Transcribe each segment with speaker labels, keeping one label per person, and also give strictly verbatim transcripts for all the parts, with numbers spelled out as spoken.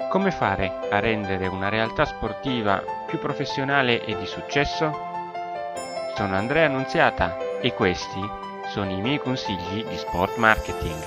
Speaker 1: Come fare a rendere una realtà sportiva più professionale e di successo? Sono Andrea Annunziata e questi sono i miei consigli di sport marketing.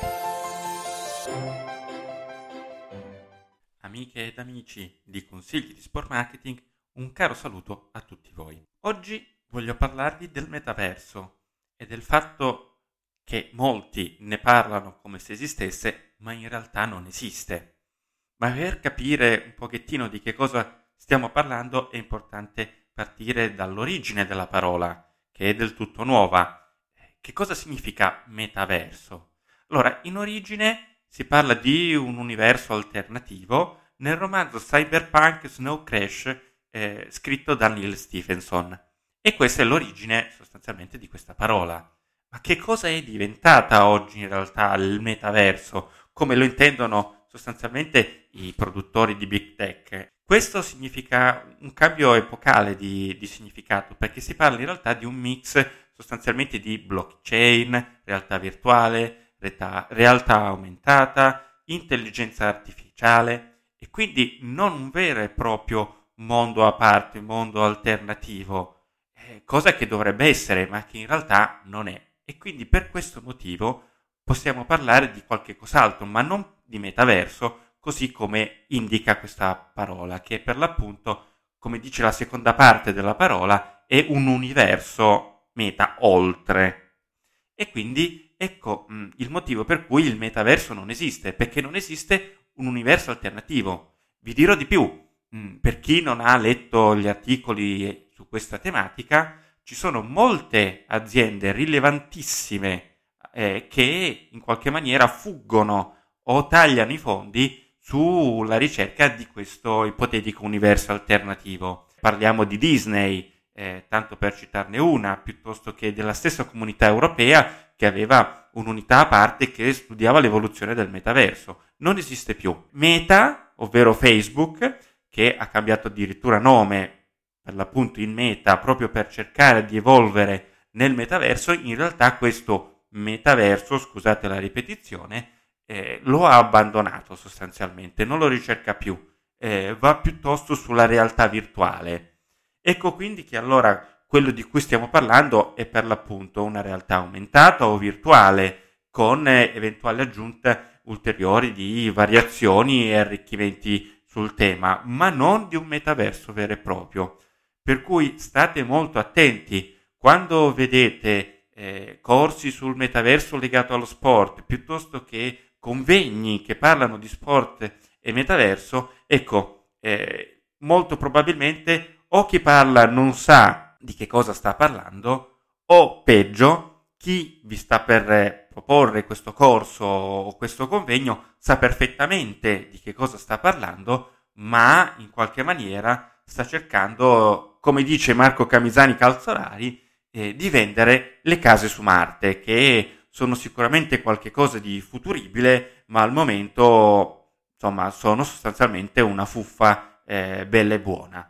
Speaker 2: Amiche ed amici di Consigli di Sport Marketing, un caro saluto a tutti voi. Oggi voglio parlarvi del metaverso e del fatto che molti ne parlano come se esistesse, ma in realtà non esiste. Ma per capire un pochettino di che cosa stiamo parlando è importante partire dall'origine della parola, che è del tutto nuova. Che cosa significa metaverso? Allora, in origine si parla di un universo alternativo nel romanzo Cyberpunk Snow Crash eh, scritto da Neil Stephenson. E questa è l'origine sostanzialmente di questa parola. Ma che cosa è diventata oggi in realtà il metaverso? Come lo intendono sostanzialmente i produttori di Big Tech? Questo significa un cambio epocale di, di significato, perché si parla in realtà di un mix sostanzialmente di blockchain, realtà virtuale, realtà, realtà aumentata, intelligenza artificiale, e quindi non un vero e proprio mondo a parte, mondo alternativo, eh, cosa che dovrebbe essere, ma che in realtà non è. E quindi per questo motivo possiamo parlare di qualche cos'altro, ma non di metaverso, così come indica questa parola, che per l'appunto, come dice la seconda parte della parola, è un universo meta oltre. E quindi ecco mh, il motivo per cui il metaverso non esiste, perché non esiste un universo alternativo. Vi dirò di più, mh, per chi non ha letto gli articoli su questa tematica, ci sono molte aziende rilevantissime eh, che in qualche maniera fuggono o tagliano i fondi sulla ricerca di questo ipotetico universo alternativo. Parliamo di Disney, eh, tanto per citarne una, piuttosto che della stessa comunità europea che aveva un'unità a parte che studiava l'evoluzione del metaverso. Non esiste più. Meta, ovvero Facebook, che ha cambiato addirittura nome per l'appunto in Meta proprio per cercare di evolvere nel metaverso, in realtà questo metaverso, scusate la ripetizione, eh, lo ha abbandonato sostanzialmente, non lo ricerca più, eh, va piuttosto sulla realtà virtuale. Ecco quindi che allora quello di cui stiamo parlando è per l'appunto una realtà aumentata o virtuale con eh, eventuali aggiunte ulteriori di variazioni e arricchimenti sul tema, ma non di un metaverso vero e proprio. Per cui state molto attenti quando vedete eh, corsi sul metaverso legato allo sport, piuttosto che convegni che parlano di sport e metaverso. Ecco, eh, molto probabilmente o chi parla non sa di che cosa sta parlando, o peggio, chi vi sta per eh, proporre questo corso o questo convegno sa perfettamente di che cosa sta parlando, ma in qualche maniera sta cercando, come dice Marco Camisani Calzolari, eh, di vendere le case su Marte, che sono sicuramente qualche cosa di futuribile, ma al momento, insomma, sono sostanzialmente una fuffa eh, bella e buona.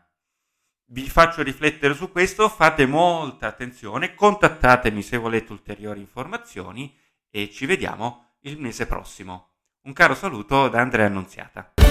Speaker 2: Vi faccio riflettere su questo, fate molta attenzione, contattatemi se volete ulteriori informazioni e ci vediamo il mese prossimo. Un caro saluto da Andrea Annunziata.